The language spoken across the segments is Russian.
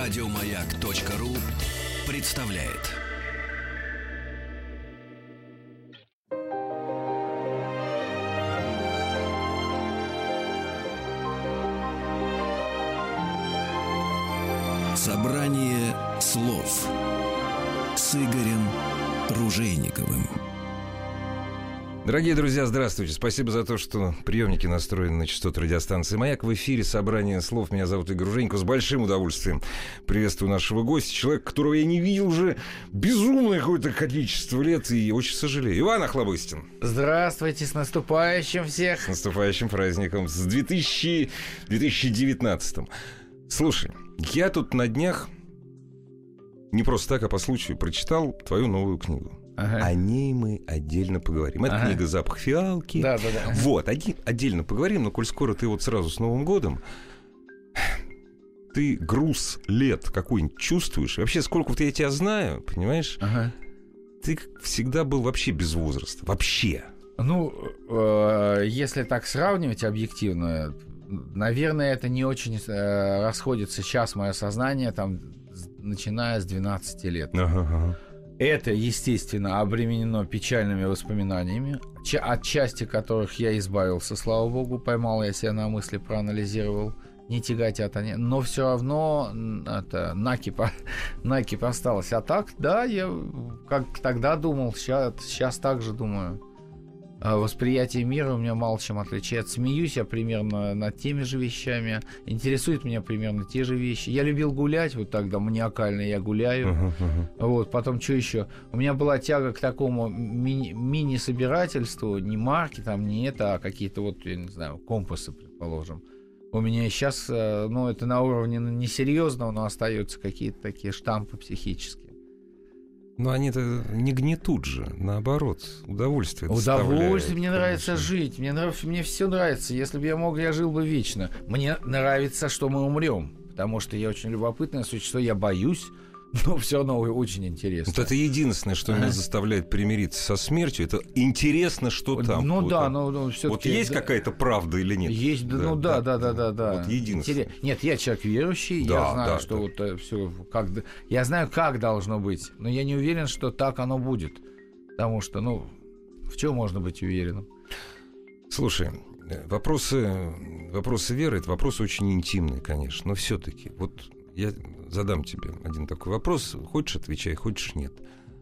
Радиомаяк.ру представляет. Собрание слов с Игорем Ружейниковым. Дорогие друзья, здравствуйте. Спасибо за то, что приемники настроены на частоту радиостанции «Маяк». В эфире «Собрание слов». Меня зовут Игорь Ружейников. С большим удовольствием приветствую нашего гостя. Человека, которого я не видел уже безумное какое-то количество лет. И очень сожалею. Иван Охлобыстин. Здравствуйте, с наступающим всех. С наступающим праздником. С 2019-м. Слушай, я тут на днях, не просто так, а по случаю, прочитал твою новую книгу. Ага. О ней мы отдельно поговорим. Это книга «Запах фиалки». Да. Вот, отдельно поговорим, но коль скоро ты вот сразу с Новым годом, ты груз лет какой-нибудь чувствуешь? Вообще, сколько вот я тебя знаю, понимаешь? Ага. Ты всегда был вообще без возраста. Вообще. Ну, если так сравнивать объективно, наверное, это не очень расходится сейчас мое сознание, там, начиная с 12 лет. Ага. Это, естественно, обременено печальными воспоминаниями, от части которых я избавился, слава богу, поймал я себя на мысли, проанализировал, не тяготят они, но все равно это, накипь осталось. А так, да, я как тогда думал, сейчас так же думаю. Восприятие мира у меня мало чем отличается. Смеюсь я примерно над теми же вещами. Интересуют меня примерно те же вещи. Я любил гулять, вот тогда маниакально я гуляю. Вот, потом что еще? У меня была тяга к такому мини-собирательству. Не марки, там, не это, а какие-то вот, я не знаю, компасы, предположим. У меня сейчас, ну, это на уровне несерьезного, но остаются какие-то такие штампы психические. Но они-то не гнетут же, наоборот, удовольствие Удовольствие, мне нравится жить, мне все нравится. Если бы я мог, я жил бы вечно. Мне нравится, что мы умрем, потому что я очень любопытное существо, я боюсь, но все равно очень интересно. Вот это единственное, что меня заставляет примириться со смертью, это интересно, что там. Ну вот да, там. но все-таки... Вот есть какая-то правда или нет? Есть, да. Вот единственное. Нет, я человек верующий, да, я знаю, что вот все как... Я знаю, как должно быть, но я не уверен, что так оно будет. Потому что, ну, в чем можно быть уверенным? Слушай, вопросы веры — это вопросы очень интимные, конечно, но все-таки вот... Я задам тебе один такой вопрос. Хочешь — отвечай, хочешь — нет.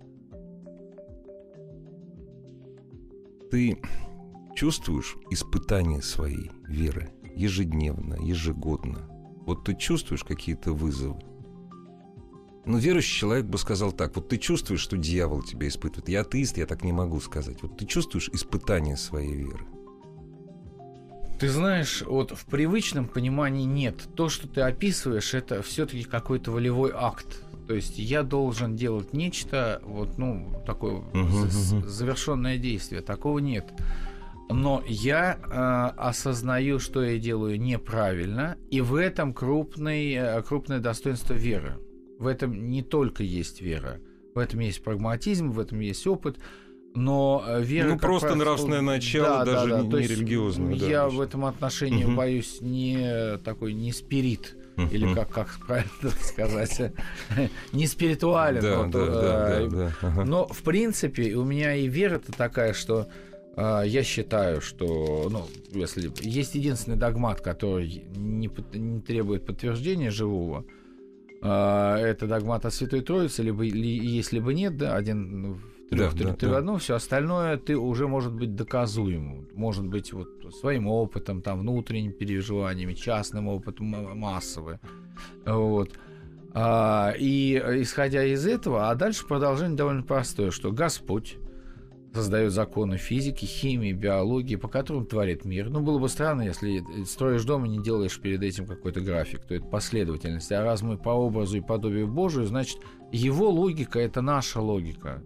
Ты чувствуешь испытания своей веры ежедневно, ежегодно? Вот ты чувствуешь какие-то вызовы? Ну, верующий человек бы сказал так. Вот ты чувствуешь, что дьявол тебя испытывает. Я атеист, я так не могу сказать. Вот ты чувствуешь испытания своей веры? Ты знаешь, вот в привычном понимании нет. То, что ты описываешь, это все-таки какой-то волевой акт. То есть я должен делать нечто, вот, ну, такое завершенное действие. Такого нет. Но я осознаю, что я делаю неправильно, и в этом крупное достоинство веры. В этом не только есть вера. В этом есть прагматизм, в этом есть опыт. Но вера... Ну, просто нравственное начало, даже не религиозное. Я в этом отношении боюсь не спирит, или как правильно сказать, не спиритуален. Но, в принципе, у меня и вера-то такая, что я считаю, что, ну, если есть единственный догмат, который не требует подтверждения живого, это догмат о Святой Троице, либо есть, либо нет, да, один... Ты в одном, все остальное ты уже может быть доказуемым. Может быть, вот своим опытом, там, внутренними переживаниями, частным опытом, массовым. Вот. И исходя из этого, а дальше продолжение довольно простое, что Господь создает законы физики, химии, биологии, по которым творит мир. Ну, было бы странно, если строишь дом и не делаешь перед этим какой-то график, то это последовательность. А раз мы по образу и подобию Божию, значит, его логика – это наша логика.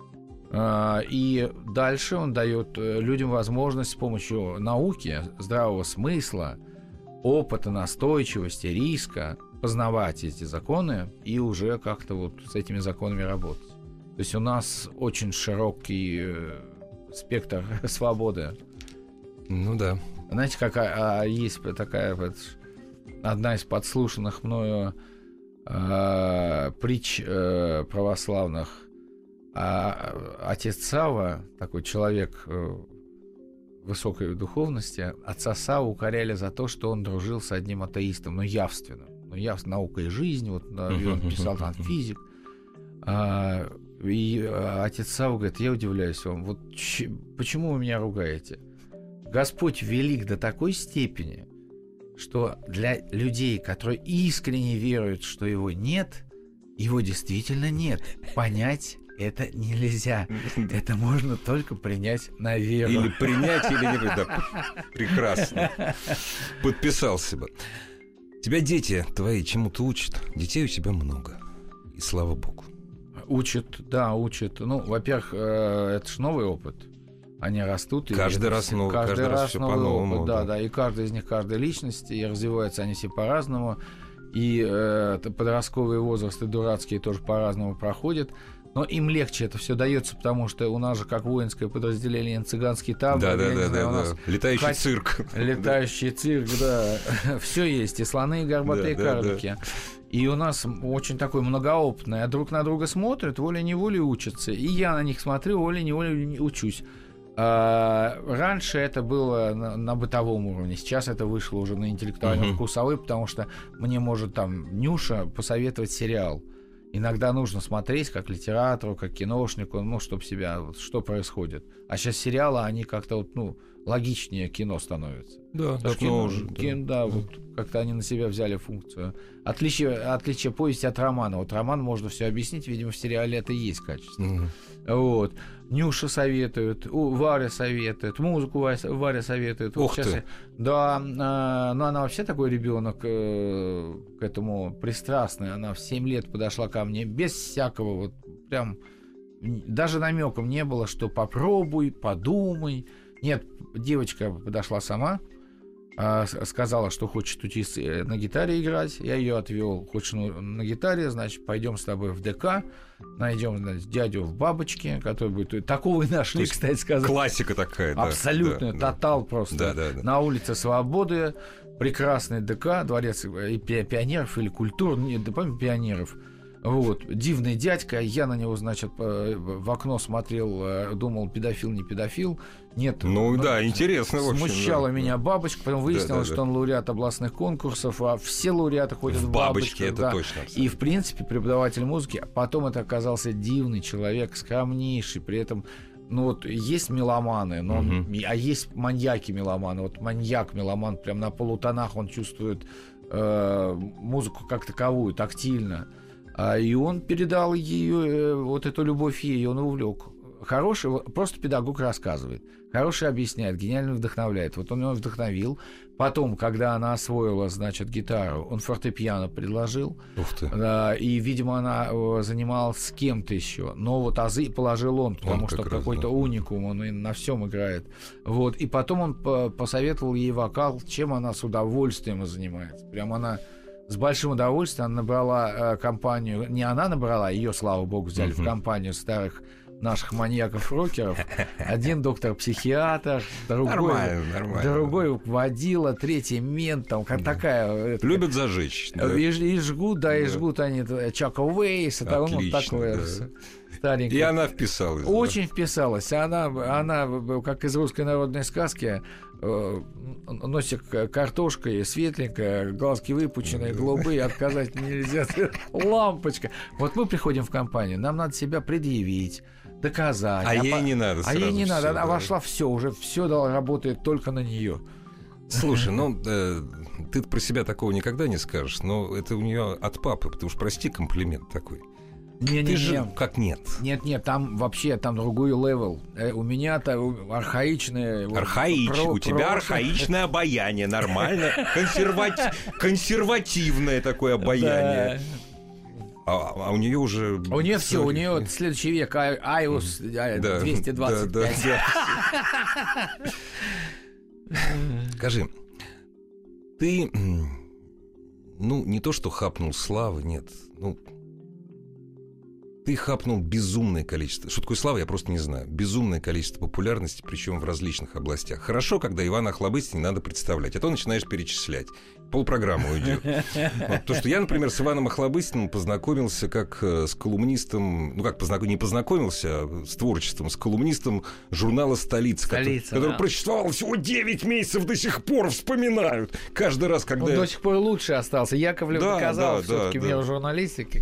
И дальше он дает людям возможность с помощью науки, здравого смысла, опыта, настойчивости, риска познавать эти законы и уже как-то вот с этими законами работать. То есть у нас очень широкий спектр свободы. Ну да. Знаете, какая есть такая вот одна из подслушанных мною притч православных. Отец Савва, такой человек высокой духовности, отца Савву укоряли за то, что он дружил с одним атеистом, но явственно. Наука и жизнь, вот он писал там физик. И отец Савва говорит: я удивляюсь вам, вот почему вы меня ругаете? Господь велик до такой степени, что для людей, которые искренне веруют, что его нет, его действительно нет. Понять это нельзя. Это можно только принять на веру. Или принять, или не принять. Да, прекрасно. Подписался бы. Тебя дети твои чему-то учат. Детей у тебя много. И слава богу. Учат, да, учат. Ну, во-первых, это ж новый опыт. Они растут. Каждый раз новый, каждый раз все по-новому. Да, и каждый из них, каждая личность, и развиваются они все по-разному. И подростковые возрасты дурацкие тоже по-разному проходят. Но им легче это все дается, потому что у нас же как воинское подразделение цыганский табор. Да. Летающий цирк. Летающий цирк, да. Все есть. И слоны, и горбатые карлики. И у нас очень такой многоопытный. А друг на друга смотрят, волей-неволей учатся. И я на них смотрю, волей-неволей учусь. Раньше это было на бытовом уровне. Сейчас это вышло уже на интеллектуально-вкусовой, потому что мне может там Нюша посоветовать сериал. Иногда нужно смотреть как литератору, как киношнику, ну, чтобы себя, вот, что происходит. А сейчас сериалы, они как-то вот, ну, логичнее кино становятся. Да, давно уже. Да, вот как-то они на себя взяли функцию. Отличие повести от романа. Вот роман можно все объяснить, видимо, в сериале это и есть качество. Вот. Нюша советует, Варя советует, музыку Варя советует. Ух ты! Да, но она вообще такой ребенок к этому пристрастный. Она в 7 лет подошла ко мне без всякого, вот прям даже намеком не было, что попробуй, подумай. Нет, девочка подошла сама, сказала, что хочет учиться на гитаре играть. Я ее отвел. Хочешь на гитаре, значит, пойдем с тобой в ДК, найдем, значит, дядю в бабочке, который будет... Такого и нашли, кстати сказать. Классика такая, да. Абсолютно, тотал просто. Да. На улице Свободы, прекрасный ДК, дворец пионеров или культур, не помню, пионеров. Вот, дивный дядька, я на него, значит, в окно смотрел, думал, педофил, не педофил. Нет. Ну да, интересно, в общем. Смущала меня бабочка, потом выяснилось, что он лауреат областных конкурсов, а все лауреаты ходят в бабочке. Это точно. Абсолютно. И, в принципе, преподаватель музыки, а потом это оказался дивный человек, скромнейший, при этом... Ну вот есть меломаны, но а есть маньяки-меломаны. Вот маньяк-меломан, прям на полутонах он чувствует музыку как таковую, тактильно. И он передал ей вот эту любовь ей, и он увлек. Хороший, просто педагог рассказывает. Хороший объясняет, гениально вдохновляет. Вот он его вдохновил. Потом, когда она освоила, значит, гитару, он фортепиано предложил. Ух ты. И, видимо, она занималась с кем-то еще. Но вот азы положил он, потому что какой-то уникум, он на всем играет. Вот. И потом он посоветовал ей вокал, чем она с удовольствием занимается. Прям она... С большим удовольствием она набрала компанию, не она набрала, ее, слава богу, взяли в компанию старых наших маньяков-рокеров. Один доктор-психиатр, другой водила, третий мент, там такая... Любят зажечь. Да. И жгут, да, и жгут они Чака Уэйса, вот такое... Старенькая. И она вписалась. Очень вписалась. Она, как из русской народной сказки, носик картошкой, светленькая, глазки выпученные, голубые, отказать нельзя. Лампочка. Вот мы приходим в компанию, нам надо себя предъявить, доказать. А ей не надо. А ей не надо. Она вошла, все, уже все работает только на нее. Слушай, ну ты про себя такого никогда не скажешь, но это у нее от папы, потому что, прости, комплимент такой. Как нет? Нет, там вообще там другой левел. У меня-то архаичное... У тебя архаичное обаяние, нормально. Консервативное такое обаяние. А у нее уже... У нее все, у нее следующий век, iOS 225. Скажи, ты, ну, не то что хапнул славы, нет, ну... Ты хапнул безумное количество. Что такое слава, я просто не знаю. Безумное количество популярности, причем в различных областях. Хорошо, когда Ивана Охлобыстина надо представлять, а то начинаешь перечислять. Полпрограммы уйдет. Потому что я, например, с Иваном Охлобыстиным познакомился как с колумнистом, не познакомился, а с творчеством, с колумнистом журнала «Столица», который просуществовал всего 9 месяцев, до сих пор вспоминают. Каждый раз, когда... Он до сих пор лучше остался. Яковлев доказал все-таки мне в журналистике,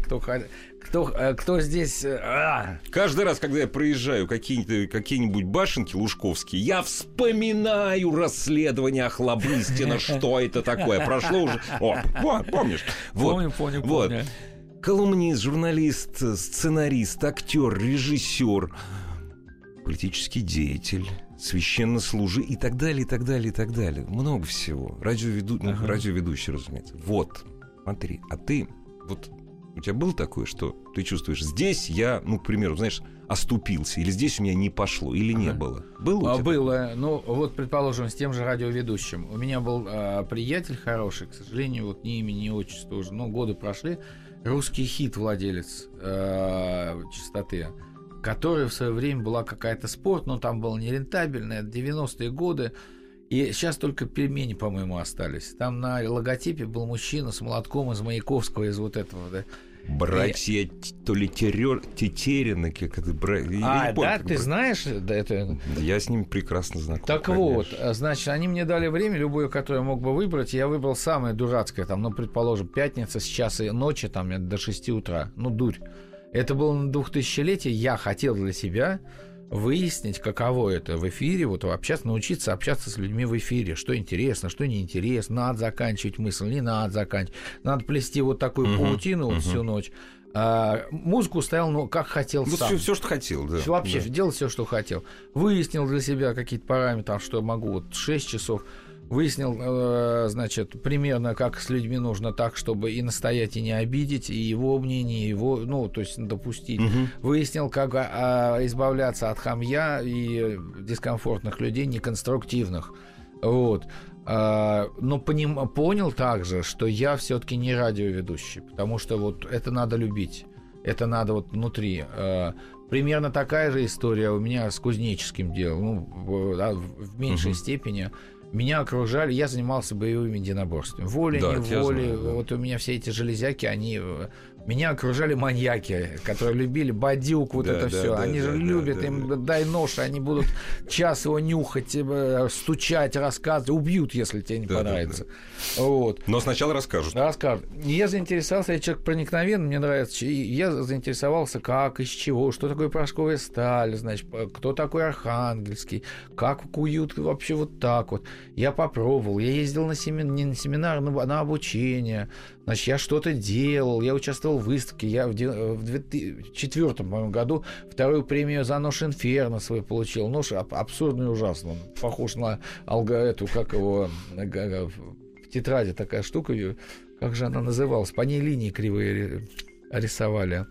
кто здесь... Каждый раз, когда я проезжаю какие-нибудь башенки лужковские, я вспоминаю расследование Охлобыстина, что это такое. Прошло уже... Помнишь? Помню. Колумнист, журналист, сценарист, актер, режиссер, политический деятель, священнослужитель и так далее, и так далее, и так далее. Много всего. Радиоведущий, разумеется. Вот, смотри, а ты... У тебя было такое, что ты чувствуешь, здесь я, к примеру, знаешь, оступился, или здесь у меня не пошло, или не было? Было у тебя? Было. Предположим, с тем же радиоведущим. У меня был приятель хороший, к сожалению, ни имя, ни отчество уже, годы прошли. Русский хит, владелец частоты, который в свое время была какая-то спорт, но там было нерентабельно, это 90-е годы. И сейчас только пельмени, по-моему, остались. Там на логотипе был мужчина с молотком из Маяковского, из вот этого, да. Братья то ли Тетерины, как это... Ты знаешь? Да, это... Я с ними прекрасно знаком. Так конечно. Вот, значит, они мне дали время, любое, которое я мог бы выбрать. Я выбрал самое дурацкое, предположим, пятница с часа ночи, до 6 утра. Дурь. Это было на 2000-летие. Я хотел для себя выяснить, каково это в эфире, научиться общаться с людьми в эфире, что интересно, что неинтересно, надо заканчивать мысль, не надо заканчивать, надо плести такую паутину всю ночь. Музыку ставил, как хотел сам. Все, что хотел, да. Вообще, делал все, что хотел. Выяснил для себя какие-то параметры, что могу 6 часов. Выяснил, примерно, как с людьми нужно так, чтобы и настоять, и не обидеть, и его мнение, его, допустить. Выяснил, как избавляться от хамья и дискомфортных людей, неконструктивных. Но понял также, что я все-таки не радиоведущий, потому что это надо любить, это надо внутри. Примерно такая же история у меня с кузнеческим делом, в меньшей степени. Меня окружали, я занимался боевыми единоборствами. Волей-неволей, у меня все эти железяки, меня окружали маньяки, которые любили бадюк, это все. Они же любят, им дай нож, они будут час его нюхать, стучать, рассказывать, убьют, если тебе не понравится. Но сначала расскажут. Я заинтересовался, я человек проникновенный, мне нравится. Я заинтересовался, как, из чего, что такое порошковая сталь, кто такой Архангельский, как куют вообще так. Я попробовал, я ездил не на семинар, на обучение. Я что-то делал, я участвовал в выставке. Я в 2004 году 2-ю премию за нож Инферно свой получил. Нож абсурдный и ужасный. Он похож на в тетради такая штука, как же она называлась? По ней линии кривые рисовали.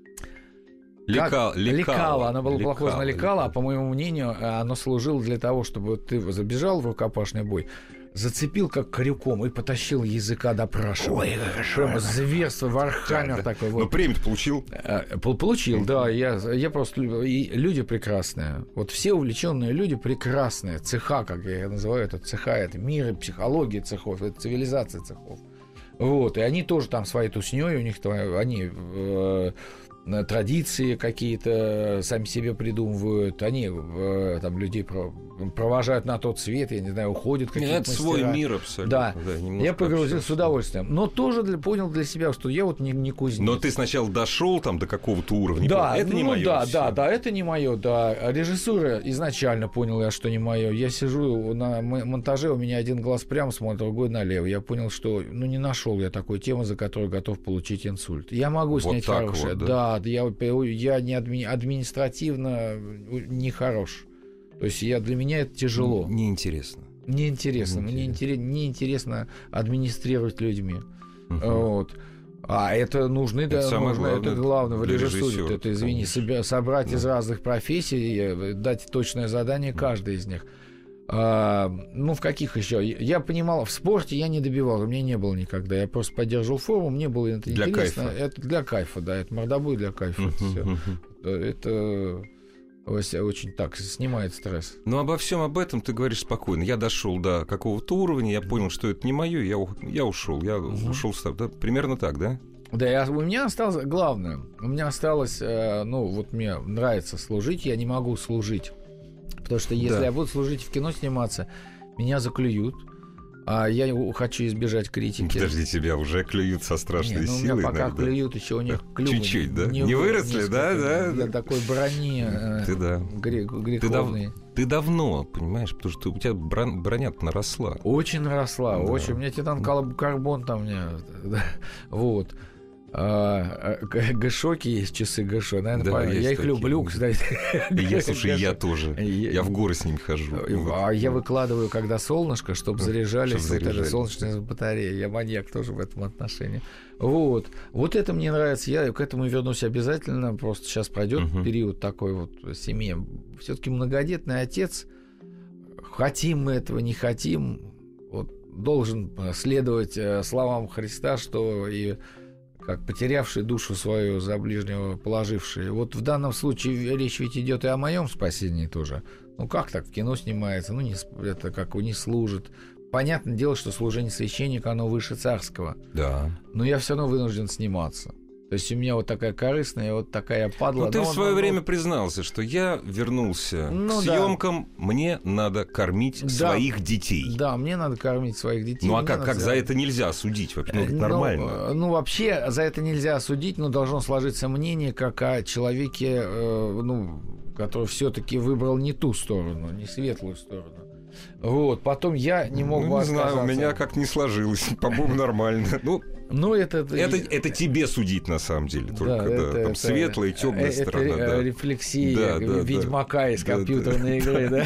Лекало. Оно было похоже на лекало, а по моему мнению, оно служило для того, чтобы ты забежал в рукопашный бой, зацепил как крюком и потащил языка допрашивать. Прямо зверство, вархаммер такой. Премию-то получил? Получил, да. Я просто... И люди прекрасные. Все увлеченные люди прекрасные. Цеха, как я называю это, цеха, это мир, психология цехов, это цивилизация цехов. И они тоже там своей туснёй, у них они... традиции какие-то сами себе придумывают, они людей провожают на тот свет, я не знаю, уходят какие-то мастера. Это свой мир абсолютно. Да, я погрузился с удовольствием. Но тоже понял для себя, что я не кузнец. Но ты сначала дошел до какого-то уровня. Да, это не мое. Да, это не мое, да. Режиссура изначально понял я, что не мое. Я сижу на монтаже, у меня один глаз прямо смотрит, другой налево. Я понял, что не нашел я такой темы, за которую готов получить инсульт. Я могу снять хорошее. Да, я не административно не хорош. То есть для меня это тяжело. Неинтересно. Неинтересно. Мне неинтересно администрировать людьми. А это нужно, это главное в режиссуре. Это, извини, собрать из разных профессий, дать точное задание каждой из них. В каких еще? Я понимал, в спорте я не добивал, у меня не было никогда. Я просто поддерживал форму, мне было это для интересно. Кайфа. Это для кайфа, да, это мордобой для кайфа. Это очень так снимает стресс. Но обо всем об этом ты говоришь спокойно. Я дошел до какого-то уровня, я понял, что это не мое, я ушел. Я ушел с тобой. Да, примерно так, да? Да, у меня осталось главное. У меня осталось, мне нравится служить, я не могу служить. Потому что если я буду служить в кино сниматься, меня заклюют, а я хочу избежать критики. Подожди, тебя уже клюют со страшной силой. У меня пока клюют, еще у них клювы. Чуть-чуть, да? Не выросли, да? Для такой брони греховной. Ты давно, понимаешь, потому что у тебя броня наросла. Очень наросла, очень. У меня титан-карбон там, вот. G-Shock есть, часы G-Shock, наверное, я их люблю, кстати. Слушай, я тоже. Я в горы с ними хожу. А я выкладываю, когда солнышко, чтобы заряжались солнечные батареи. Я маньяк тоже в этом отношении. Вот это мне нравится. Я к этому вернусь обязательно. Просто сейчас пройдет период такой вот семьи. Все-таки многодетный отец. Хотим мы этого, не хотим. Должен следовать словам Христа, что и как потерявший душу свою за ближнего положивший. Вот в данном случае речь ведь идет и о моем спасении тоже. Как так в кино снимается? Это как не служит. Понятное дело, что служение священника, оно выше царского. Да. Но я все равно вынужден сниматься. То есть у меня вот такая корыстная, вот такая падла. Ты в свое время признался, что я вернулся к съемкам, мне надо кормить своих детей. Да, мне надо кормить своих детей. Как за это нельзя осудить? Это нормально. Вообще за это нельзя осудить, но должно сложиться мнение как о человеке, который все-таки выбрал не ту сторону, не светлую сторону. Потом я не мог бы отказаться. Не знаю, у меня как не сложилось, по-моему, нормально. Это тебе судить, на самом деле. Только там светлая и темная сторона. Это рефлексия ведьмака из компьютерной игры.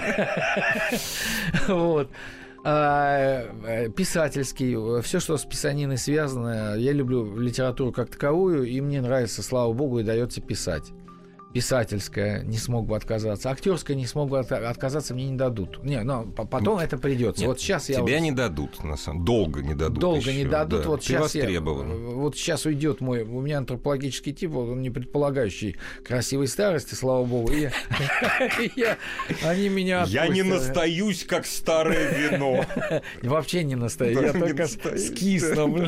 Писательский, все, что с писаниной связано. Я люблю литературу как таковую, и мне нравится, слава богу, и дается писать. Писательская не смог бы отказаться. Актерская не смог бы отказаться, мне не дадут. Потом это придется. Нет, сейчас тебя не дадут, на самом деле. Долго не дадут. Долго не дадут. Да. Ты востребован. Сейчас уйдет у меня антропологический тип, он не предполагающий красивой старости, слава богу. Они меня отпустят. Я не настаюсь, как старое вино. Вообще не настаю. Я только скисну.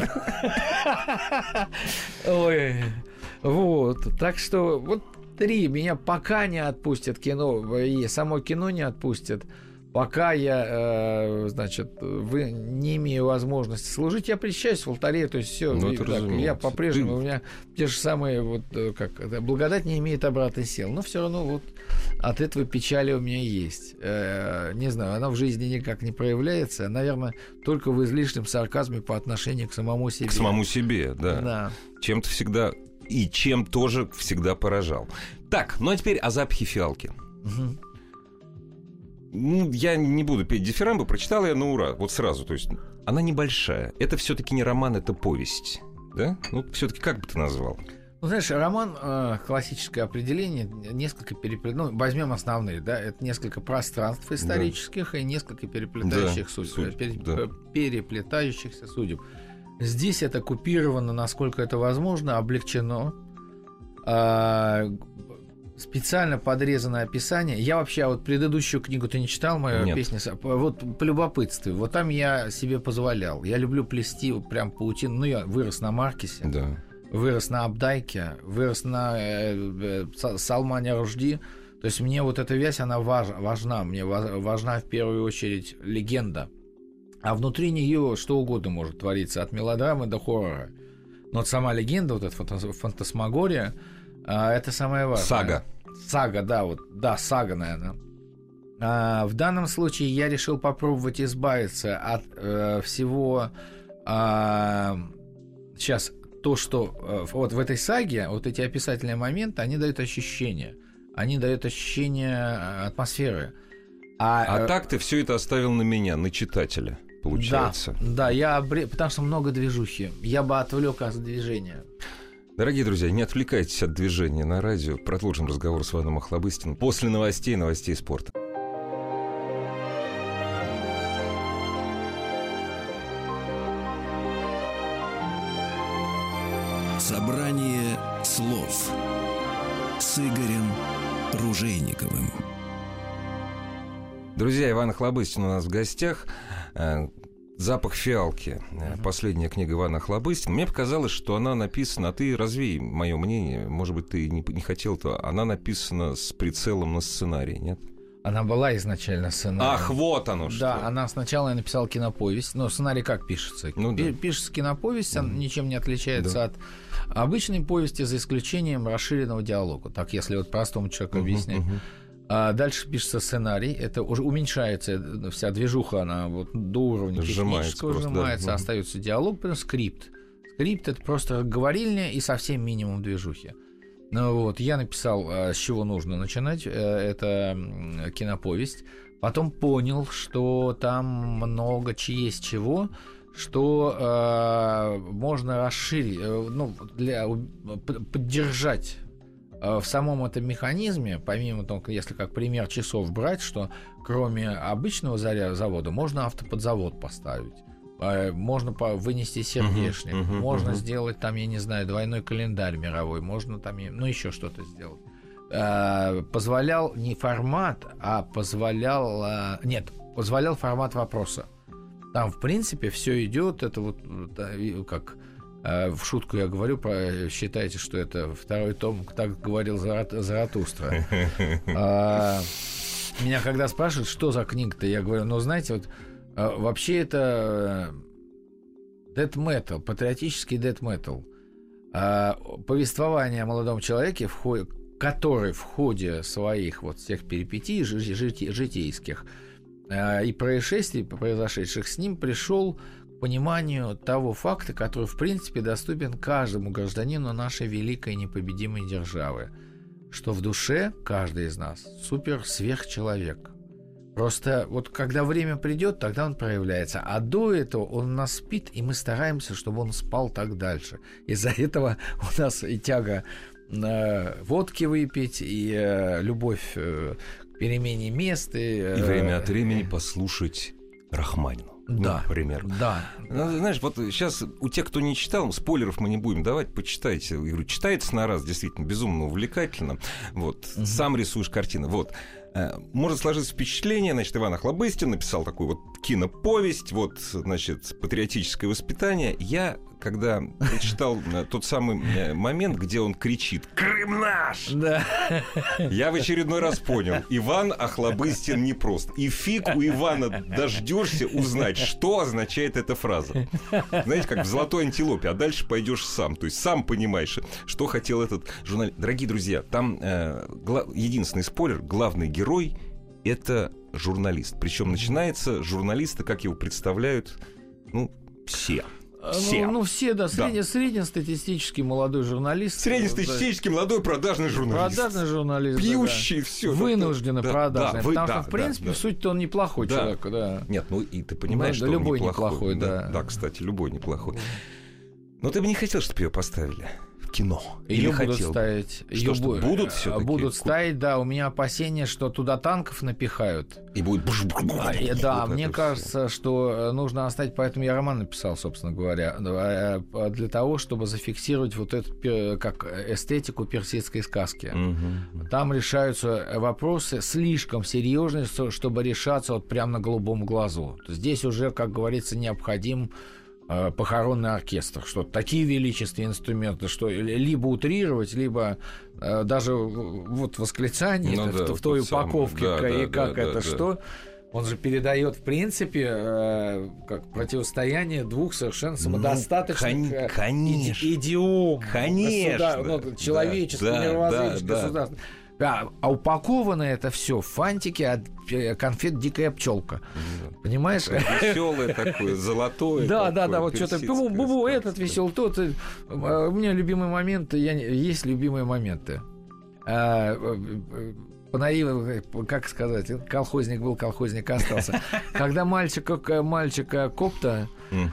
Ой. Так что 3. Меня пока не отпустят кино, и само кино не отпустят, пока я, не имею возможности служить, я причащаюсь в алтаре, то есть все. Я по-прежнему, у меня те же самые, благодать не имеет обратной силы, но все равно от этого печали у меня есть. Не знаю, она в жизни никак не проявляется, наверное, только в излишнем сарказме по отношению к самому себе. К самому себе, да. Чем-то всегда... И чем тоже всегда поражал. Так, а теперь о запахе фиалки. Я не буду петь дифирамбы, прочитал я на ура, сразу. То есть она небольшая. Это все-таки не роман, это повесть. Да? Все-таки как бы ты назвал? Знаешь, роман, классическое определение, несколько переплетающихся, возьмем основные, да, это несколько пространств исторических и несколько переплетающихся судеб. Здесь это купировано, насколько это возможно, облегчено. Специально подрезанное описание. Я вообще предыдущую книгу ты не читал, мою песню? По любопытству. Там я себе позволял. Я люблю плести прям паутину. Я вырос на Маркесе, вырос на Абдайке, вырос на Салмане Ружди. То есть мне эта вязь, она важна. Мне важна в первую очередь легенда. А внутри нее что угодно может твориться, от мелодрамы до хоррора. Но сама легенда, эта фантасмагория, это самое важное. Сага, да, сага, наверное. В данном случае я решил попробовать избавиться от всего... Сейчас, то, что в этой саге, эти описательные моменты, они дают ощущение. Они дают ощущение атмосферы. Так ты все это оставил на меня, на читателя. Получается. Да, потому что много движухи. Я бы отвлек от движения. Дорогие друзья, не отвлекайтесь от движения на радио. Продолжим разговор с Иваном Охлобыстиным после новостей спорта. Собрание слов с Игорем Ружейниковым. Друзья, Иван Охлобыстин у нас в гостях. «Запах фиалки». Последняя книга Ивана Охлобыстина. Мне показалось, что она написана... А ты развей мое мнение. Может быть, ты не хотел этого. Она написана с прицелом на сценарий, нет? Она была изначально сценарий. Ах, вот оно что. Да, она сначала я написал киноповесть. Но сценарий как пишется? Пишется киноповесть, она ничем не отличается от обычной повести, за исключением расширенного диалога. Так, если вот простому человеку объяснять. А дальше пишется сценарий, это уже уменьшается вся движуха, она вот до уровня технического сжимается, остается диалог, потом скрипт. Скрипт — это просто говорильня и совсем минимум движухи. Ну вот, я написал, с чего нужно начинать, это киноповесть, потом понял, что там много есть чего, что можно расширить, поддержать в самом этом механизме, помимо того, если как пример часов брать, что кроме обычного завода можно автоподзавод поставить, можно вынести сердечник, можно сделать там, я не знаю, двойной календарь мировой, можно там, еще что-то сделать. Позволял не формат, а позволял формат вопроса. Там, в принципе, все идет, это вот как... В шутку я говорю, считайте, что это второй том, так говорил Заратустра. Меня когда спрашивают, что за книга-то, я говорю, знаете, вот вообще это death metal, патриотический death metal. Повествование о молодом человеке, который в ходе своих вот всех перипетий житейских и происшествий, произошедших с ним, пришел пониманию того факта, который, в принципе, доступен каждому гражданину нашей великой непобедимой державы, что в душе каждый из нас сверхчеловек. Просто вот когда время придет, тогда он проявляется. А до этого он у нас спит, и мы стараемся, чтобы он спал так дальше. Из-за этого у нас и тяга водки выпить, и любовь к перемене мест. И время от времени послушать Рахманинова. Да, примерно. Да. Знаешь, вот сейчас у тех, кто не читал, спойлеров мы не будем давать, почитайте. Я говорю, читается на раз, действительно, безумно увлекательно. Вот, сам рисуешь картины. Вот. Может сложиться впечатление, значит, Иван Охлобыстин написал такую вот киноповесть, вот, значит, патриотическое воспитание. Я, когда прочитал тот самый момент, где он кричит «Крым наш!», да. Я в очередной раз понял, Иван Охлобыстин непрост. И фиг у Ивана дождешься узнать, что означает эта фраза. Знаете, как в «Золотой антилопе», а дальше пойдешь сам. То есть сам понимаешь, что хотел этот журналист. Дорогие друзья, там единственный спойлер, главный герой — это журналист. Причем начинается журналиста, как его представляют, все. Все, да. Среднестатистический молодой журналист. Среднестатистический молодой продажный журналист. Продажный журналист. Пьющий, да. Все. Вынужденно продажный. Потому что, в принципе, в сути-то он неплохой человек. Да. Нет, и ты понимаешь, что любой он неплохой. Да, кстати, любой неплохой. Но ты бы не хотел, чтобы ее поставили в кино? Ее будут ставить. Что, будут все-таки? Будут ставить, да. У меня опасения, что туда танков напихают. И будет... Да, мне кажется, что нужно оставить... Поэтому я роман написал, собственно говоря, для того, чтобы зафиксировать вот эту как эстетику персидской сказки. Там решаются вопросы слишком серьезные, чтобы решаться вот прямо на голубом глазу. Здесь уже, как говорится, необходим похоронный оркестр, что такие величественные инструменты, что либо утрировать, либо даже вот восклицание в той упаковке, что он же передает, в принципе, как противостояние двух совершенно самодостаточных идиом человеческих, мировоззренческих государств. А упаковано это все в фантике от конфет «Дикая пчелка». Понимаешь? Веселое такое, золотое. Да, вот что-то. Бубу, этот веселый, тот. У меня любимые моменты. Есть любимые моменты. Как сказать, колхозник был, колхозник остался. Когда мальчик Копта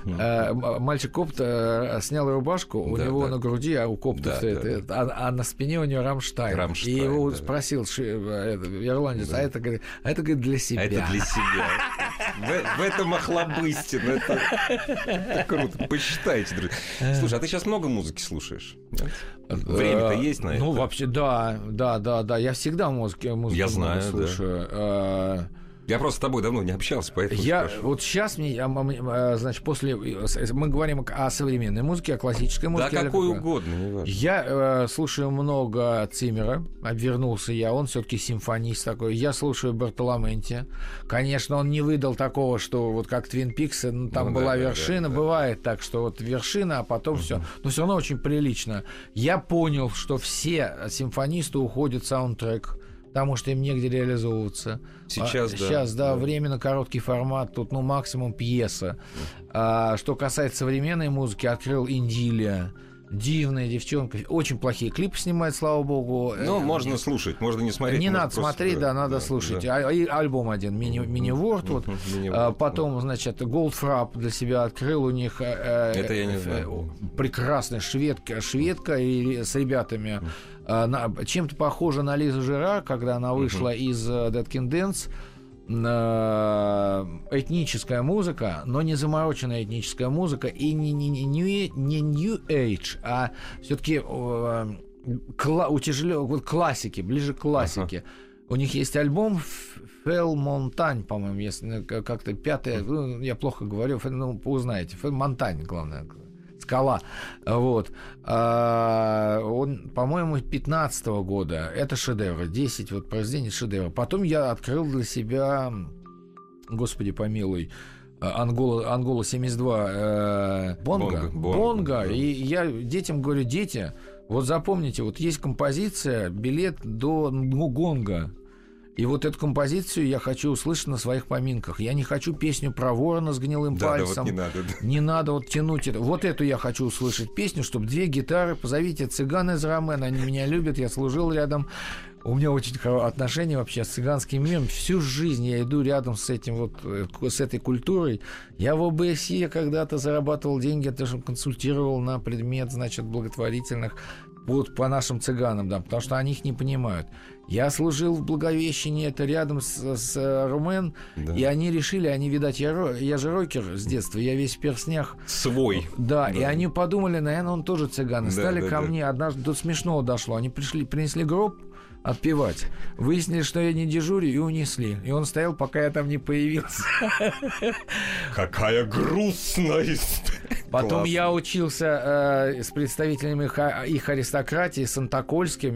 снял рубашку, у него на груди, а у Копта а на спине у него Рамштайн. И его спросил ирландец, а это, говорит, для себя. А это для себя. В этом охлобыстин. Это круто. Посчитайте, друзья. Слушай, а ты сейчас много музыки слушаешь? Время-то есть на это? Ну, вообще, да. Я всегда музыку слушаю. Я просто с тобой давно не общался, поэтому вот сейчас значит, после мы говорим о современной музыке, о классической музыке. Да, какой угодно, не важно. Я слушаю много Циммера, обвернулся я, он все-таки симфонист такой. Я слушаю Бартоломенти. Конечно, он не выдал такого, что вот как Твин Пикс, там была вершина. Бывает так, что вот вершина, а потом все. Но все равно очень прилично. Я понял, что все симфонисты уходят в саундтрек, потому что им негде реализовываться. Сейчас, время на короткий формат, тут, максимум пьеса. Что касается современной музыки, открыл Индилия. Дивная девчонка. Очень плохие клипы снимает, слава богу. Можно слушать, можно не смотреть. Не надо смотреть, надо слушать. Да. Альбом один, Мини-Ворд. Потом, значит, Goldfrapp для себя открыл. У них это я не знаю. Прекрасная шведка и с ребятами. Чем-то похожа на Лизу Жерар, когда она вышла из Dead Can Dance. Этническая музыка, но не замороченная этническая музыка, и не New Age, а все-таки классики, ближе к классике. У них есть альбом Фел Монтань, по-моему, если как-то пятое, я плохо говорю, узнаете. Фел Монтань, главное. Скала. Вот. Он, по-моему, 15-го года. Это шедевр. 10 произведений шедевра. Потом я открыл для себя, господи помилуй, Ангола 72 Бонго. И я детям говорю, дети, вот запомните, вот есть композиция «Билет до Нгонга». И вот эту композицию я хочу услышать на своих поминках. Я не хочу песню про ворона с гнилым пальцем. Не надо тянуть это. Вот эту я хочу услышать песню, чтобы 2 гитары. Позовите цыган из Ромен, они меня любят, я служил рядом. У меня очень хорошее отношение вообще с цыганским миром. Всю жизнь я иду рядом с этой культурой. Я в ОБСЕ когда-то зарабатывал деньги, даже консультировал на предмет, значит, благотворительных. Вот по нашим цыганам, да, потому что они их не понимают. Я служил в Благовещении, это рядом с Румен, и они решили, видать, я же рокер с детства, я весь в перстнях. Свой. Да, и они подумали, наверное, он тоже цыган. И стали ко мне, однажды до смешного дошло, они принесли гроб отпевать. Выяснили, что я не дежурю, и унесли. И он стоял, пока я там не появился. Какая грустная история. Потом я учился с представителями их аристократии, с Антокольским,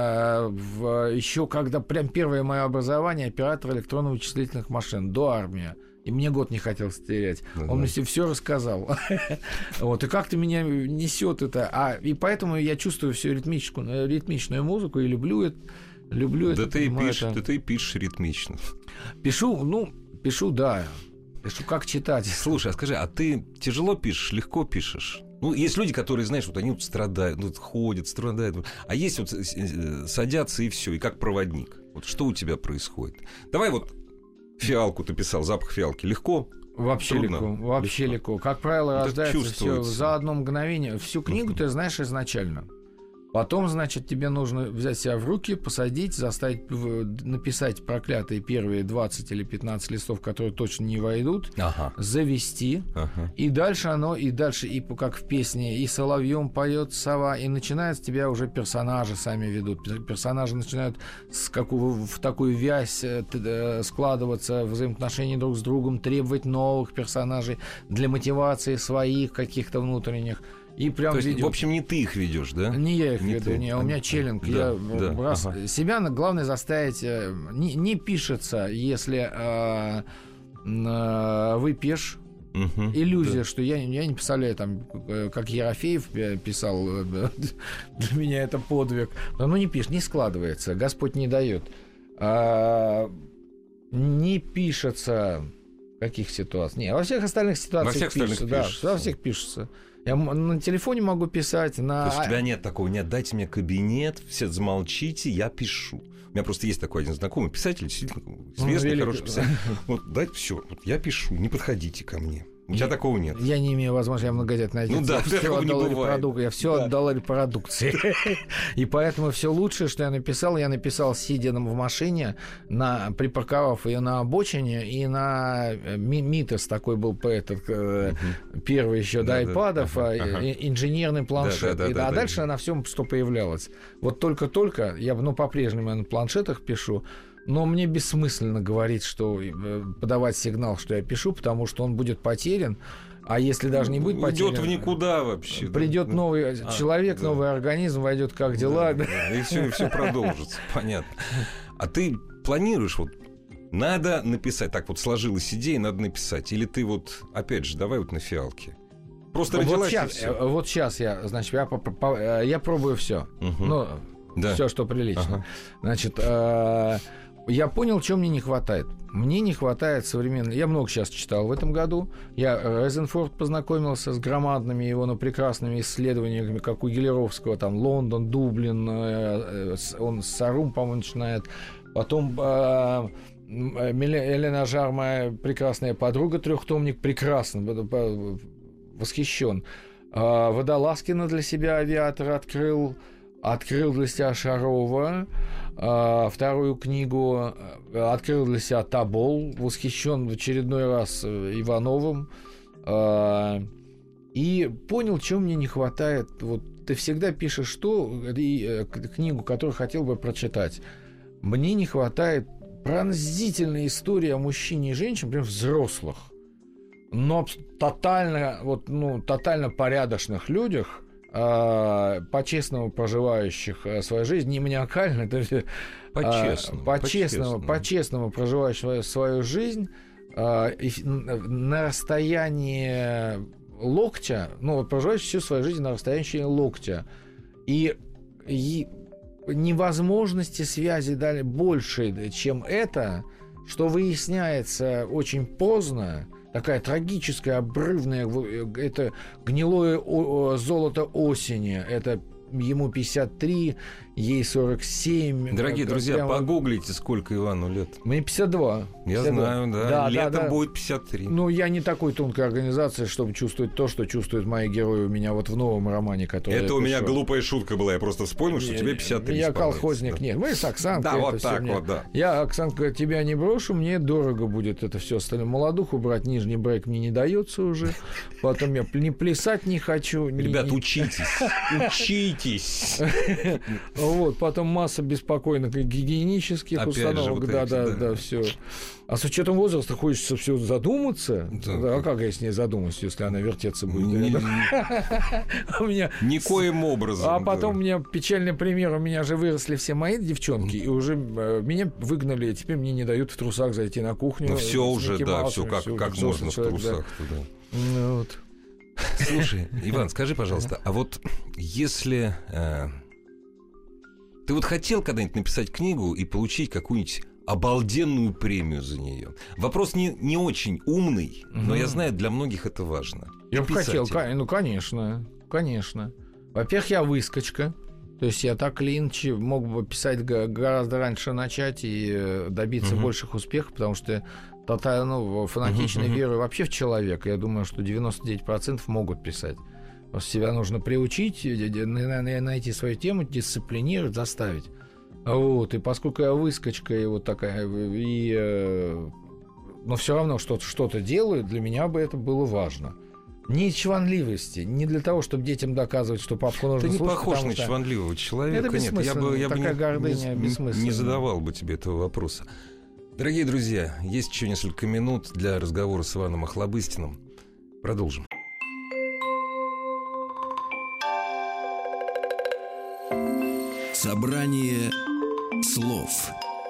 еще когда прям первое мое образование, оператор электронно-вычислительных машин, до армии. И мне год не хотелось терять. Он мне все рассказал. Вот. И как-то меня несет это. И поэтому я чувствую всю ритмичную музыку и люблю это. Да ты и пишешь ритмично. Пишу, да. Пишу как читать. Слушай, а скажи, а ты тяжело пишешь, легко пишешь? Есть люди, которые, знаешь, вот они страдают, ходят, страдают. А есть садятся и все, и как проводник. Вот что у тебя происходит? Давай фиалку ты писал, запах фиалки. Легко? Вообще легко. Как правило, рождается все за одно мгновение. Всю книгу ты знаешь изначально. Потом, значит, тебе нужно взять себя в руки, посадить, заставить написать проклятые первые 20 или 15 листов, которые точно не войдут, завести, и дальше и как в песне, и соловьем поет сова, и начинает с тебя уже персонажи сами ведут. Персонажи начинают в такую вязь складываться, взаимоотношения друг с другом, требовать новых персонажей для мотивации своих каких-то внутренних. И прям то есть, в общем, не ты их ведешь, да? Не я их веду, у меня челлинг. Себя главное заставить... Не пишется, если выпьешь. Иллюзия, что я не представляю, как Ерофеев писал, для меня это подвиг. Не пишешь, не складывается, Господь не дает. Не пишется в каких ситуациях? Во всех остальных ситуациях пишется. Во всех пишется. Я на телефоне могу писать. То есть у тебя нет такого, дайте мне кабинет, все замолчите, я пишу. У меня просто есть такой один знакомый писатель, действительно известный, хороший писатель. Дайте все, я пишу, не подходите ко мне. У тебя такого нет. Я не имею возможности, я многодетный отец. Ну да, я все отдал репродукции. И поэтому все лучшее, что я написал, сидя в машине, припарковав ее на обочине, и на Митас такой был первый еще до айпадов, инженерный планшет. А дальше на всем, что появлялось. Вот только-только, я по-прежнему на планшетах пишу, но мне бессмысленно говорить, подавать сигнал, что я пишу, потому что он будет потерян. А если даже не будет потерян... Идет в никуда вообще. Придет новый человек, новый организм, войдет, как дела. И все продолжится, понятно. А ты планируешь, надо написать, так сложилась идея, надо написать. Или ты опять же, давай на фиалке. Просто родилась и все. Вот сейчас я пробую все. Все, что прилично. Значит, я понял, чего мне не хватает. Мне не хватает современной... Я много сейчас читал в этом году. Я Резенфорд познакомился с громадными его прекрасными исследованиями, как у Гелеровского, там Лондон, Дублин, он с Сарум, по-моему, начинает. Потом Елена Жар, моя прекрасная подруга, трехтомник, прекрасно, восхищен. Водолазкина для себя авиатор открыл для себя Шарова, вторую книгу открыл для себя Тобол, восхищен в очередной раз Ивановым, и понял, чего мне не хватает. Ты всегда пишешь книгу, которую хотел бы прочитать. Мне не хватает пронзительной истории о мужчине и женщине, прям взрослых, но тотально порядочных людях, по-честному проживающих свою жизнь, не маниакально, по-честному проживающих свою жизнь на расстоянии локтя, проживающих всю свою жизнь на расстоянии локтя. И невозможности связи далее больше, чем это, что выясняется очень поздно. Такая трагическая, обрывная, это гнилое золото осени, это ему 53, ей 47. Дорогие друзья, погуглите, сколько Ивану лет. Мне 52. Я знаю, да. Летом будет 53. Я не такой тонкой организации, чтобы чувствовать то, что чувствуют мои герои у меня в новом романе, который... Это у меня глупая шутка была, я просто вспомнил, что тебе 53. Я колхозник, нет. Мы с Оксанкой. Да, вот так да. Я, Оксанка, тебя не брошу, мне дорого будет это все остальное. Молодуху брать, нижний брейк мне не дается уже. Потом я не плясать не хочу. Ребят, учитесь. Потом масса беспокойных гигиенических установок. Да, все. А с учетом возраста хочется все задуматься. А как я с ней задумаюсь, если она вертеться будет? Никоим образом. А потом у меня печальный пример. У меня же выросли все мои девчонки, и уже меня выгнали, и теперь мне не дают в трусах зайти на кухню. Все уже, да, все как можно в трусах. Слушай, Иван, скажи, пожалуйста, а если... Ты хотел когда-нибудь написать книгу и получить какую-нибудь обалденную премию за нее? Вопрос не очень умный, но я знаю, для многих это важно. Я бы хотел, конечно. Во-первых, я выскочка. То есть я так или иначе мог бы писать гораздо раньше начать и добиться больших успехов, потому что фанатичной веры вообще в человека, я думаю, что 99% могут писать. Себя нужно приучить, найти свою тему, дисциплинировать, заставить. И поскольку я выскочка и такая, но все равно что-то делаю, для меня бы это было важно. Не из чванливости, не для того, чтобы детям доказывать, что папку нужно слушать. Ты не похож на чванливого человека. Это бессмысленно. Я бы гордыня бессмысленна. Не задавал бы тебе этого вопроса. Дорогие друзья, есть еще несколько минут для разговора с Иваном Охлобыстиным. Продолжим. Собрание слов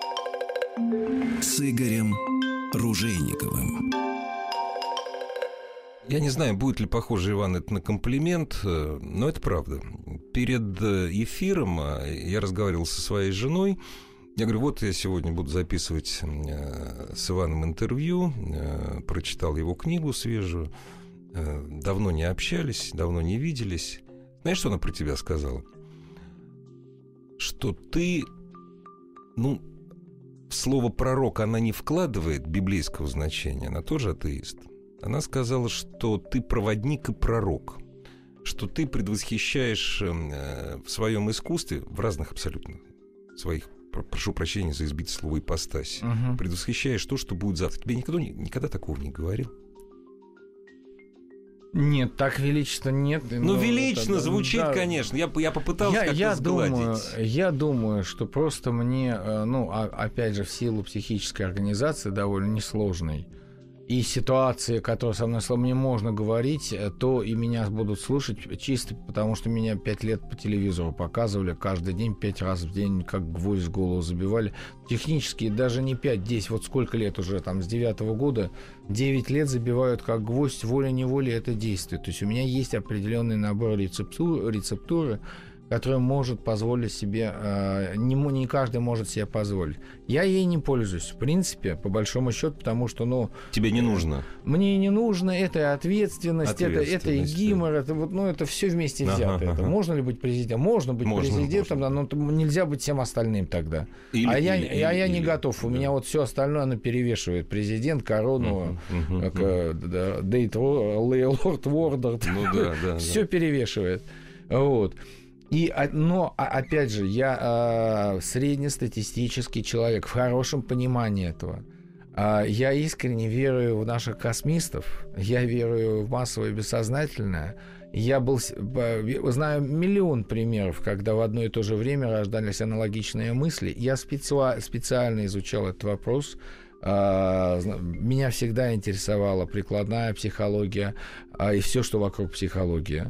с Игорем Ружейниковым. Я не знаю, будет ли похоже, Иван, это на комплимент, но это правда. Перед эфиром я разговаривал со своей женой. Я говорю, я сегодня буду записывать с Иваном интервью, прочитал его книгу свежую, давно не общались, давно не виделись. Знаешь, что она про тебя сказала? Что ты, в слово «пророк» она не вкладывает библейского значения, она тоже атеист. Она сказала, что ты проводник и пророк, что ты предвосхищаешь в своем искусстве, в разных абсолютно своих, прошу прощения за избитое слово, ипостаси, предвосхищаешь то, что будет завтра. Тебе никогда такого не говорил? Нет, так величественно нет. Ну, велично звучит, да, конечно. Я попытался как-то сгладить. Я думаю, что просто мне, опять же, в силу психической организации довольно несложной, и ситуации, которые со мной мне можно говорить, то и меня будут слушать чисто потому, что меня 5 лет по телевизору показывали каждый день, 5 раз в день, как гвоздь в голову забивали. Технически даже не 5-10, вот сколько лет уже, там, с 9-го года, 9 лет забивают как гвоздь, волей-неволей это действует. То есть у меня есть определенный набор рецептуры, который может позволить себе, не каждый может себе позволить. Я ей не пользуюсь, в принципе, по большому счету, потому что, тебе не нужно. Мне не нужно, это и ответственность, это и гимор, это это все вместе взято. Можно ли быть президентом? Можно быть президентом, да, но нельзя быть всем остальным тогда. Я не готов. У меня вот все остальное, оно перевешивает. Президент, корону, Лорд Вордер, все перевешивает. Вот. Но, опять же, я среднестатистический человек в хорошем понимании этого. Я искренне верую в наших космистов, я верую в массовое бессознательное. Я знаю миллион примеров, когда в одно и то же время рождались аналогичные мысли. Я специально изучал этот вопрос. Меня всегда интересовала прикладная психология и все, что вокруг психологии.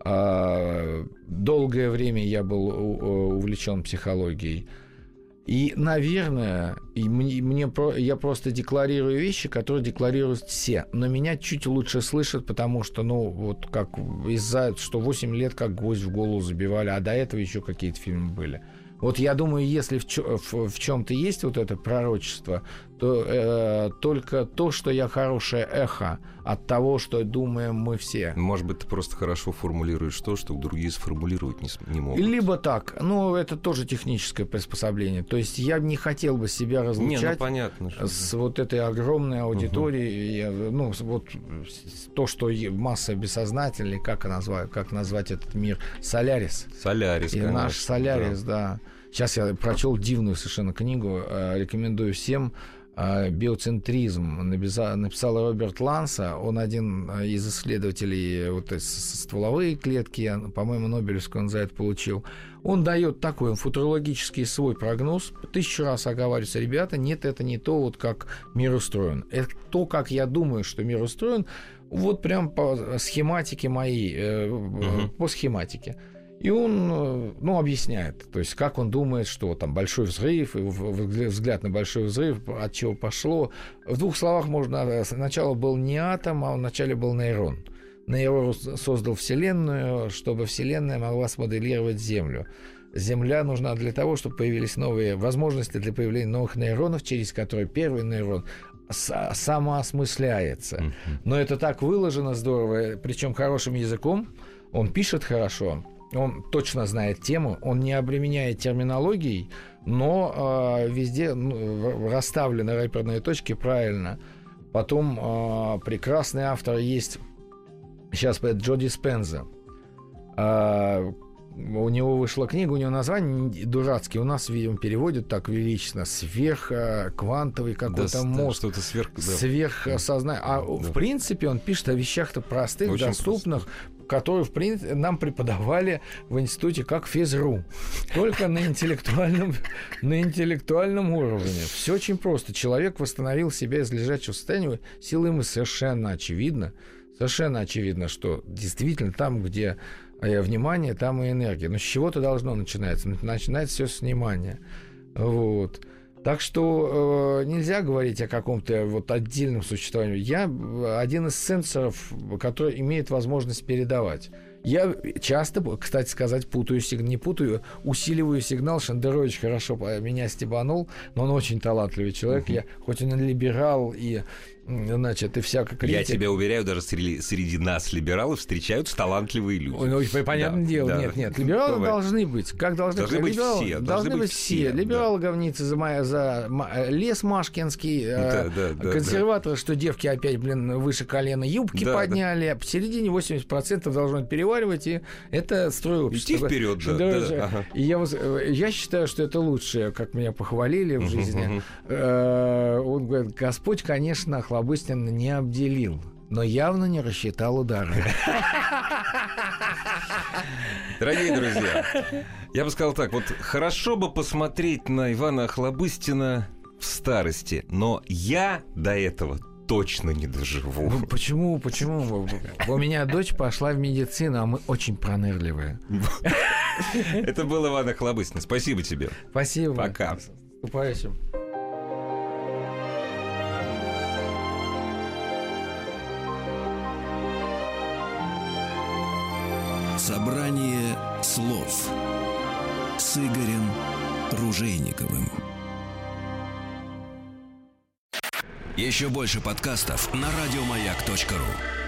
Долгое время я был увлечен психологией. И, наверное, я просто декларирую вещи, которые декларируют все. Но меня чуть лучше слышат, потому что, как из-за, что 8 лет как гвоздь в голову забивали, а до этого еще какие-то фильмы были. Вот я думаю, если в чем-то есть вот это пророчество, то только то, что я хорошее эхо от того, что думаем мы все. Может быть, ты просто хорошо формулируешь то, что другие сформулировать не могут. Либо так. Это тоже техническое приспособление. То есть я не хотел бы себя разлучать понятно, с вот этой огромной аудиторией. То, что масса бессознательной, как назвать этот мир? Солярис. Солярис, и конечно. Наш Солярис, да. Сейчас я прочел дивную совершенно книгу, рекомендую всем. «Биоцентризм» написал Роберт Ланса. Он один из исследователей стволовые клетки, по-моему, Нобелевскую он за это получил. Он дает такой футурологический свой прогноз. 1000 раз оговаривается: ребята, нет, это не то, как мир устроен. Это то, как я думаю, что мир устроен, прям по схематике моей, по схематике. И он, объясняет, то есть, как он думает, что там большой взрыв, взгляд на большой взрыв, от чего пошло. В 2 словах можно... Сначала был не атом, а вначале был нейрон. Нейрон создал Вселенную, чтобы Вселенная могла смоделировать Землю. Земля нужна для того, чтобы появились новые возможности для появления новых нейронов, через которые первый нейрон самоосмысляется. Но это так выложено здорово, причем хорошим языком. Он пишет хорошо. Он точно знает тему, он не обременяет терминологией, но везде расставлены рэперные точки правильно. Потом прекрасный автор есть, сейчас Джо Диспенза. У него вышла книга, у него название дурацкое, у нас, видимо, переводят так велично: сверхквантовый какой-то мозг, что-то сверхсознание. В принципе, он пишет о вещах-то простых, очень доступных, которые, в принципе, нам преподавали в институте как физру, только на интеллектуальном уровне. Все очень просто. Человек восстановил себя из лежачего состояния силой мысли. Совершенно очевидно, что действительно там, где внимание, там и энергия. Но с чего-то должно начинаться. Начинается все с внимания. Вот. Так что нельзя говорить о каком-то отдельном существовании. Я один из сенсоров, который имеет возможность передавать. Я часто, кстати сказать, усиливаю сигнал. Шендерович хорошо меня стебанул, но он очень талантливый человек. Хоть он и либерал, и значит, и всякая критика. Я тебя уверяю, даже среди нас, либералов, встречаются талантливые люди. Ну, понятное дело, да. Нет, либералы должны быть. Как должны быть все. Должны быть все. Либералы говнится за лес Машкинский, консерваторы, что девки опять, выше колена юбки подняли, а посередине 80% должно переваривать, и это строй общества. Идти вперед, да. И я считаю, что это лучшее, как меня похвалили в жизни. Он говорит, Господь, конечно, Охлобыстина не обделил, но явно не рассчитал удары. Дорогие друзья, я бы сказал так, вот хорошо бы посмотреть на Ивана Охлобыстина в старости, но я до этого точно не доживу. Ну, почему? У меня дочь пошла в медицину, а мы очень пронырливые. Это был Иван Охлобыстин. Спасибо тебе. Спасибо. Пока. С наступающим. Собрание слов с Игорем Ружейниковым. Еще больше подкастов на радиомаяк.ру.